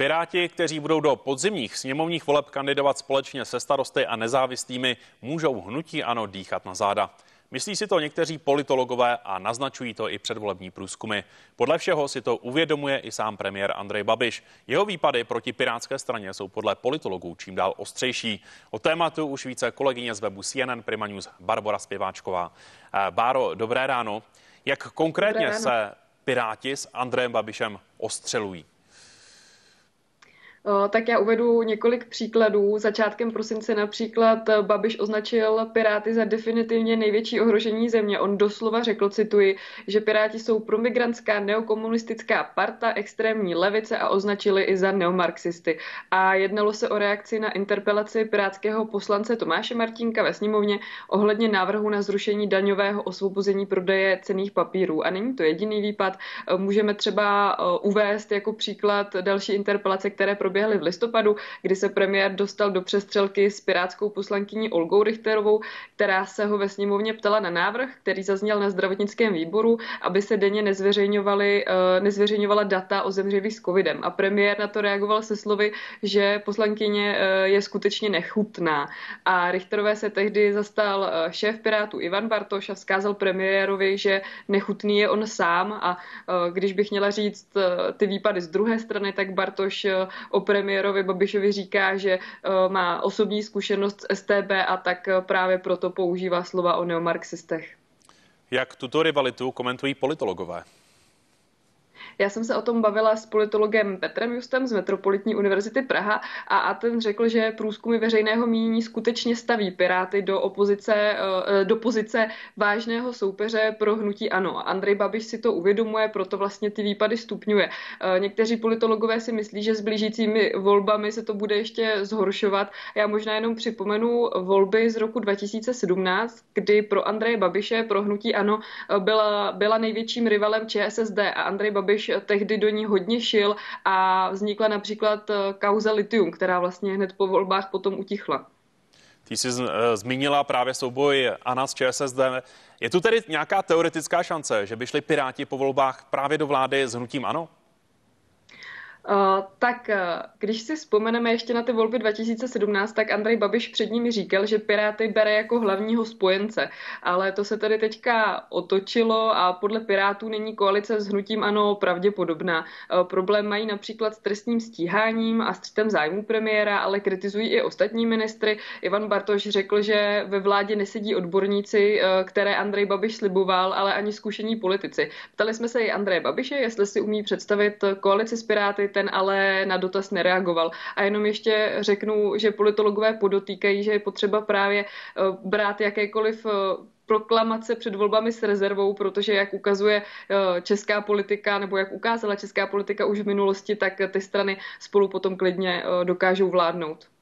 Piráti, kteří budou do podzimních sněmovních voleb kandidovat společně se Starosty a nezávislými, můžou hnutí ANO dýchat na záda. Myslí si to někteří politologové a naznačují to i předvolební průzkumy. Podle všeho si to uvědomuje i sám premiér Andrej Babiš. Jeho výpady proti pirátské straně jsou podle politologů čím dál ostřejší. O tématu už více kolegyně z webu CNN Prima News Barbora Zpěváčková. Báro, dobré ráno. Jak konkrétně se Piráti s Andrejem Babišem ostřelují? Tak já uvedu několik příkladů. Začátkem prosince například Babiš označil Piráty za definitivně největší ohrožení země. On doslova řekl, cituji, že Piráti jsou promigrantská neokomunistická parta extrémní levice a označili i za neomarxisty. A jednalo se o reakci na interpelaci pirátského poslance Tomáše Martínka ve sněmovně ohledně návrhu na zrušení daňového osvobození prodeje cenných papírů. A není to jediný výpad. Můžeme třeba uvést jako příklad další interpelace, které proběhly v listopadu, kdy se premiér dostal do přestřelky s pirátskou poslankyní Olgou Richterovou, která se ho ve sněmovně ptala na návrh, který zazněl na zdravotnickém výboru, aby se denně nezveřejňovala data o zemřelých s covidem. A premiér na to reagoval se slovy, že poslankyně je skutečně nechutná. A Richterové se tehdy zastal šéf Pirátů Ivan Bartoš a vzkázal premiérovi, že nechutný je on sám. A když bych měla říct ty výpady z druhé strany, tak Bartoš o premiérovi Babišovi říká, že má osobní zkušenost s StB a tak právě proto používá slova o neomarxistech. Jak tuto rivalitu komentují politologové? Já jsem se o tom bavila s politologem Petrem Justem z Metropolitní univerzity Praha a ten řekl, že průzkumy veřejného mínění skutečně staví Piráty do pozice vážného soupeře pro hnutí ANO. Andrej Babiš si to uvědomuje, proto vlastně ty výpady stupňuje. Někteří politologové si myslí, že s blížícími volbami se to bude ještě zhoršovat. Já možná jenom připomenu volby z roku 2017, kdy pro Andreje Babiše, pro hnutí ANO byla největším rivalem ČSSD a Andrej Babiš tehdy do ní hodně šil a vznikla například kauza Lithium, která vlastně hned po volbách potom utichla. Ty jsi zmínila právě souboj ANO s ČSSD. Je tu tedy nějaká teoretická šance, že by šli Piráti po volbách právě do vlády s hnutím ANO? Tak když si vzpomeneme ještě na ty volby 2017, tak Andrej Babiš před nimi říkal, že Piráty bere jako hlavního spojence. Ale to se tady teďka otočilo a podle Pirátů není koalice s hnutím ANO pravděpodobná. Problém mají například s trestním stíháním a střetem zájmů premiéra, ale kritizují i ostatní ministry. Ivan Bartoš řekl, že ve vládě nesedí odborníci, které Andrej Babiš sliboval, ale ani zkušení politici. Ptali jsme se i Andreje Babiše, jestli si umí představit koalici s Piráty, ten ale na dotaz nereagoval. A jenom ještě řeknu, že politologové podotýkají, že je potřeba právě brát jakékoliv proklamace před volbami s rezervou, protože jak ukazuje česká politika, nebo jak ukázala česká politika už v minulosti, tak ty strany spolu potom klidně dokážou vládnout.